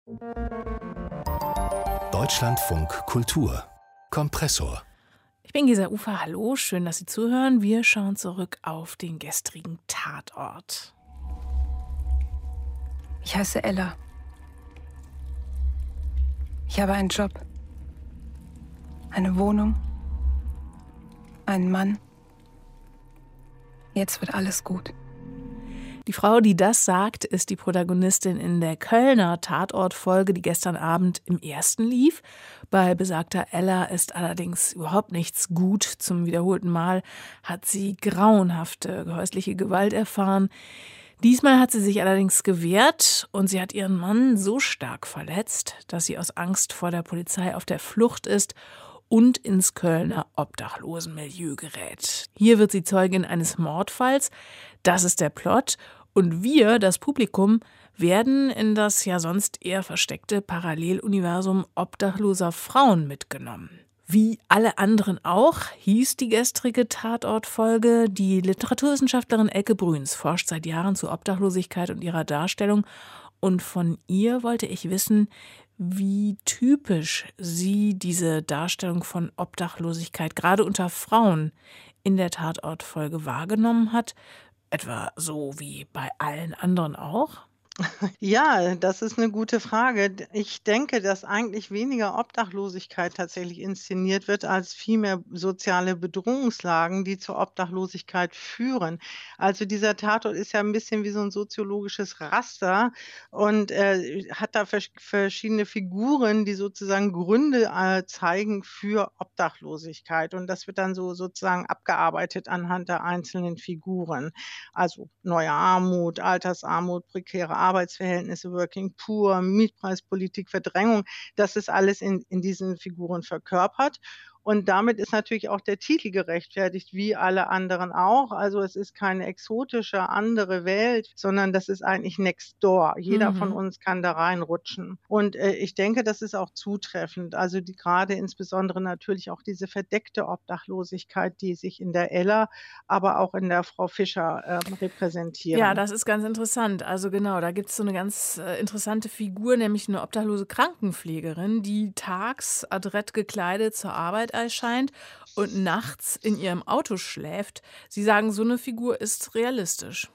Deutschlandfunk Kultur Kompressor. Ich bin Gesa Ufer, hallo, schön, dass Sie zuhören. Wir schauen zurück auf den gestrigen Tatort. Ich heiße Ella. Ich habe einen Job, eine Wohnung, einen Mann. Jetzt wird alles gut. Die Frau, die das sagt, ist die Protagonistin in der Kölner Tatortfolge, die gestern Abend im ersten lief. Bei besagter Ella ist allerdings überhaupt nichts gut. Zum wiederholten Mal hat sie grauenhafte häusliche Gewalt erfahren. Diesmal hat sie sich allerdings gewehrt und sie hat ihren Mann so stark verletzt, dass sie aus Angst vor der Polizei auf der Flucht ist und ins Kölner Obdachlosenmilieu gerät. Hier wird sie Zeugin eines Mordfalls. Das ist der Plot. Und wir, das Publikum, werden in das ja sonst eher versteckte Paralleluniversum obdachloser Frauen mitgenommen. Wie alle anderen auch, hieß die gestrige Tatortfolge. Die Literaturwissenschaftlerin Elke Brüns forscht seit Jahren zu Obdachlosigkeit und ihrer Darstellung. Und von ihr wollte ich wissen, wie typisch sie diese Darstellung von Obdachlosigkeit gerade unter Frauen in der Tatortfolge wahrgenommen hat. Etwa so wie bei allen anderen auch? Ja, das ist eine gute Frage. Ich denke, dass eigentlich weniger Obdachlosigkeit tatsächlich inszeniert wird, als vielmehr soziale Bedrohungslagen, die zur Obdachlosigkeit führen. Also, dieser Tatort ist ja ein bisschen wie so ein soziologisches Raster und, hat da verschiedene Figuren, die sozusagen Gründe, zeigen für Obdachlosigkeit. Und das wird dann so sozusagen abgearbeitet anhand der einzelnen Figuren. Also, neue Armut, Altersarmut, prekäre Arbeitsverhältnisse, Working Poor, Mietpreispolitik, Verdrängung, das ist alles in diesen Figuren verkörpert. Und damit ist natürlich auch der Titel gerechtfertigt, wie alle anderen auch. Also, es ist keine exotische andere Welt, sondern das ist eigentlich next door. Jeder von Mhm. uns kann da reinrutschen. Und, ich denke, das ist auch zutreffend. Also, die grade insbesondere natürlich auch diese verdeckte Obdachlosigkeit, die sich in der Ella, aber auch in der Frau Fischer, Ja, repräsentieren. das ist ganz interessant. Also genau, da gibt es so eine ganz interessante Figur, nämlich eine obdachlose Krankenpflegerin, die tags adrett gekleidet zur Arbeit erscheint und nachts in ihrem Auto schläft. Sie sagen, so eine Figur ist realistisch.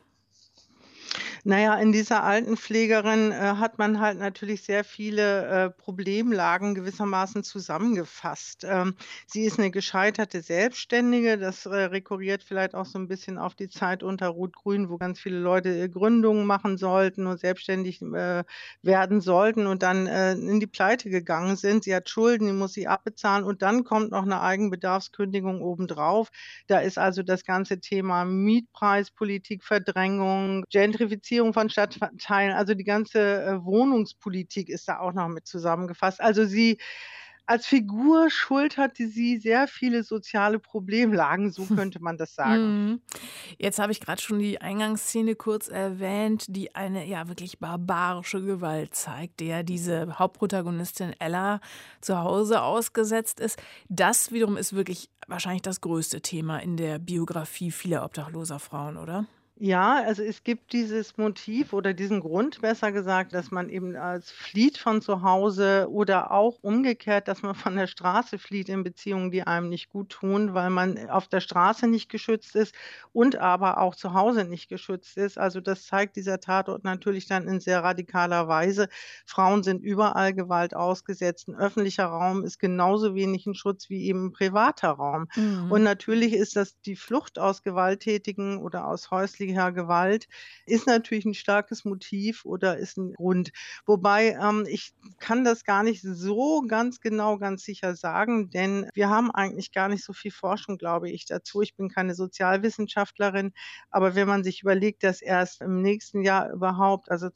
Na ja, in dieser Altenpflegerin, hat man halt natürlich sehr viele, Problemlagen gewissermaßen zusammengefasst. Sie ist 'ne gescheiterte Selbstständige, das, rekurriert vielleicht auch so 'n bisschen auf die Zeit unter Rot-Grün, wo ganz viele Leute, Gründungen machen sollten und selbstständig, werden sollten und dann, in die Pleite gegangen sind. Sie hat Schulden, die muss sie abbezahlen und dann kommt noch 'ne Eigenbedarfskündigung obendrauf. Da ist also das ganze Thema Mietpreispolitik, Verdrängung, Gentrifizierung von Stadtteilen, also die ganze, Wohnungspolitik ist da auch noch mit zusammengefasst. Also sie als Figur schulterte sie sehr viele soziale Problemlagen, so könnte man das sagen. Mhm. Jetzt habe ich gerade schon die Eingangsszene kurz erwähnt, die eine ja wirklich barbarische Gewalt zeigt, der diese Hauptprotagonistin Ella zu Hause ausgesetzt ist. Das wiederum ist wirklich wahrscheinlich das größte Thema in der Biografie vieler obdachloser Frauen, oder? Ja, also es gibt dieses Motiv oder diesen Grund, besser gesagt, dass man eben als flieht von zu Hause oder auch umgekehrt, dass man von der Straße flieht in Beziehungen, die einem nicht gut tun, weil man auf der Straße nicht geschützt ist und aber auch zu Hause nicht geschützt ist. Also das zeigt dieser Tatort natürlich dann in sehr radikaler Weise. Frauen sind überall Gewalt ausgesetzt. 'N öffentlicher Raum ist genauso wenig 'n Schutz wie eben 'n privater Raum. Und Mhm. natürlich ist das die Flucht aus gewalttätigen oder aus häuslicher Gewalt ist natürlich 'n starkes Motiv oder ist 'n Grund. Wobei, ich kann das gar nicht so ganz genau, ganz sicher sagen, denn wir haben eigentlich gar nicht so viel Forschung, glaube ich, dazu. Ich bin keine Sozialwissenschaftlerin, aber wenn man sich überlegt, dass erst im nächsten Jahr überhaupt, also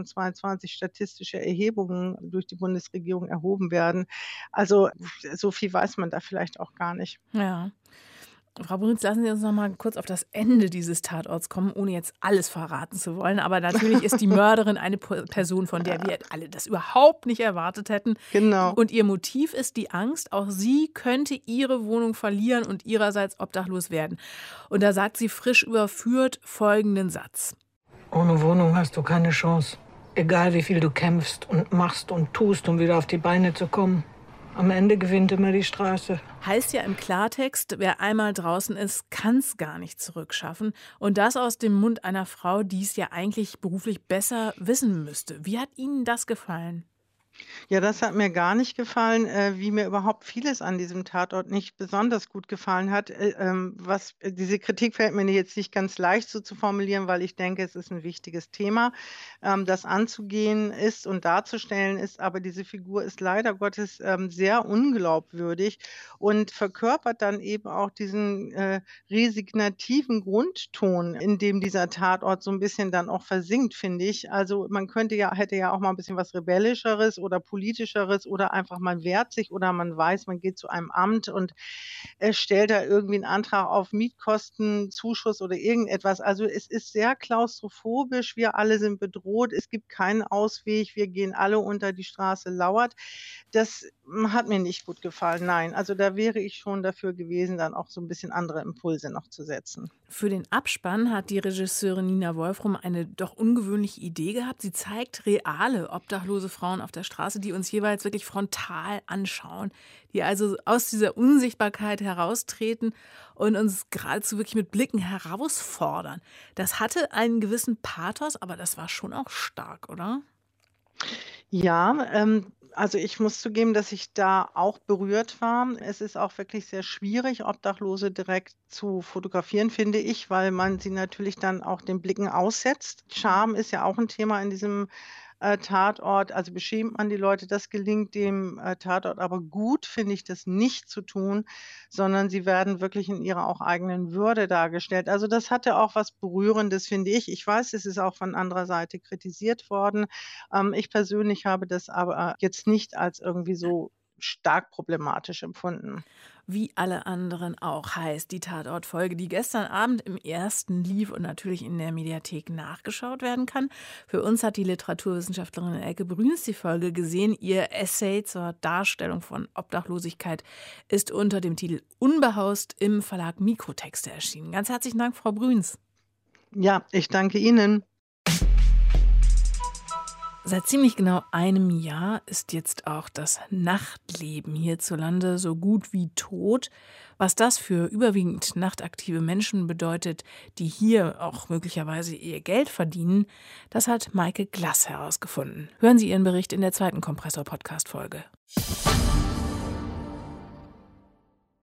2022, statistische Erhebungen durch die Bundesregierung erhoben werden, also so viel weiß man da vielleicht auch gar nicht. Ja. Frau Brünz, lassen Sie uns noch mal kurz auf das Ende dieses Tatorts kommen, ohne jetzt alles verraten zu wollen. Aber natürlich ist die Mörderin eine Person, von der wir alle das überhaupt nicht erwartet hätten. Genau. Und ihr Motiv ist die Angst, auch sie könnte ihre Wohnung verlieren und ihrerseits obdachlos werden. Und da sagt sie frisch überführt folgenden Satz. Ohne Wohnung hast du keine Chance. Egal wie viel du kämpfst und machst und tust, um wieder auf die Beine zu kommen. Am Ende gewinnt immer die Straße. Heißt ja im Klartext, wer einmal draußen ist, kann es gar nicht zurückschaffen. Und das aus dem Mund einer Frau, die es ja eigentlich beruflich besser wissen müsste. Wie hat Ihnen das gefallen? Ja, das hat mir gar nicht gefallen, wie mir überhaupt vieles an diesem Tatort nicht besonders gut gefallen hat. Diese Kritik fällt mir jetzt nicht ganz leicht so zu formulieren, weil ich denke, es ist ein wichtiges Thema, das anzugehen ist und darzustellen ist. Aber diese Figur ist leider Gottes sehr unglaubwürdig und verkörpert dann eben auch diesen resignativen Grundton, in dem dieser Tatort so ein bisschen dann auch versinkt, finde ich. Also man hätte ja auch mal ein bisschen was Rebellischeres oder Politischeres oder einfach man wehrt sich oder man weiß, man geht zu einem Amt und stellt da irgendwie einen Antrag auf Mietkostenzuschuss oder irgendetwas. Also, es ist sehr klaustrophobisch. Wir alle sind bedroht. Es gibt keinen Ausweg. Wir gehen alle unter, die Straße lauert. Das hat mir nicht gut gefallen, nein. Also, da wäre ich schon dafür gewesen, dann auch so ein bisschen andere Impulse noch zu setzen. Für den Abspann hat die Regisseurin Nina Wolfrum eine doch ungewöhnliche Idee gehabt. Sie zeigt reale obdachlose Frauen auf der Straße, die uns jeweils wirklich frontal anschauen, die also aus dieser Unsichtbarkeit heraustreten und uns geradezu wirklich mit Blicken herausfordern. Das hatte einen gewissen Pathos, aber das war schon auch stark, oder? Ja, also ich muss zugeben, dass ich da auch berührt war. Es ist auch wirklich sehr schwierig, Obdachlose direkt zu fotografieren, finde ich, weil man sie natürlich dann auch den Blicken aussetzt. Scham ist ja auch ein Thema in diesem Tatort. Also beschämt man die Leute. Das gelingt dem Tatort aber gut, finde ich, das nicht zu tun, sondern sie werden wirklich in ihrer auch eigenen Würde dargestellt. Also das hatte auch was Berührendes, finde ich. Ich weiß, es ist auch von anderer Seite kritisiert worden. Ich persönlich habe das aber jetzt nicht als irgendwie so stark problematisch empfunden. Wie alle anderen auch heißt die Tatortfolge, die gestern Abend im ersten lief und natürlich in der Mediathek nachgeschaut werden kann. Für uns hat die Literaturwissenschaftlerin Elke Brüns die Folge gesehen. Ihr Essay zur Darstellung von Obdachlosigkeit ist unter dem Titel Unbehaust im Verlag Mikrotexte erschienen. Ganz herzlichen Dank, Frau Brüns. Ja, ich danke Ihnen. Seit ziemlich genau einem Jahr ist jetzt auch das Nachtleben hierzulande so gut wie tot. Was das für überwiegend nachtaktive Menschen bedeutet, die hier auch möglicherweise ihr Geld verdienen, das hat Maike Glass herausgefunden. Hören Sie ihren Bericht in der zweiten Kompressor-Podcast-Folge.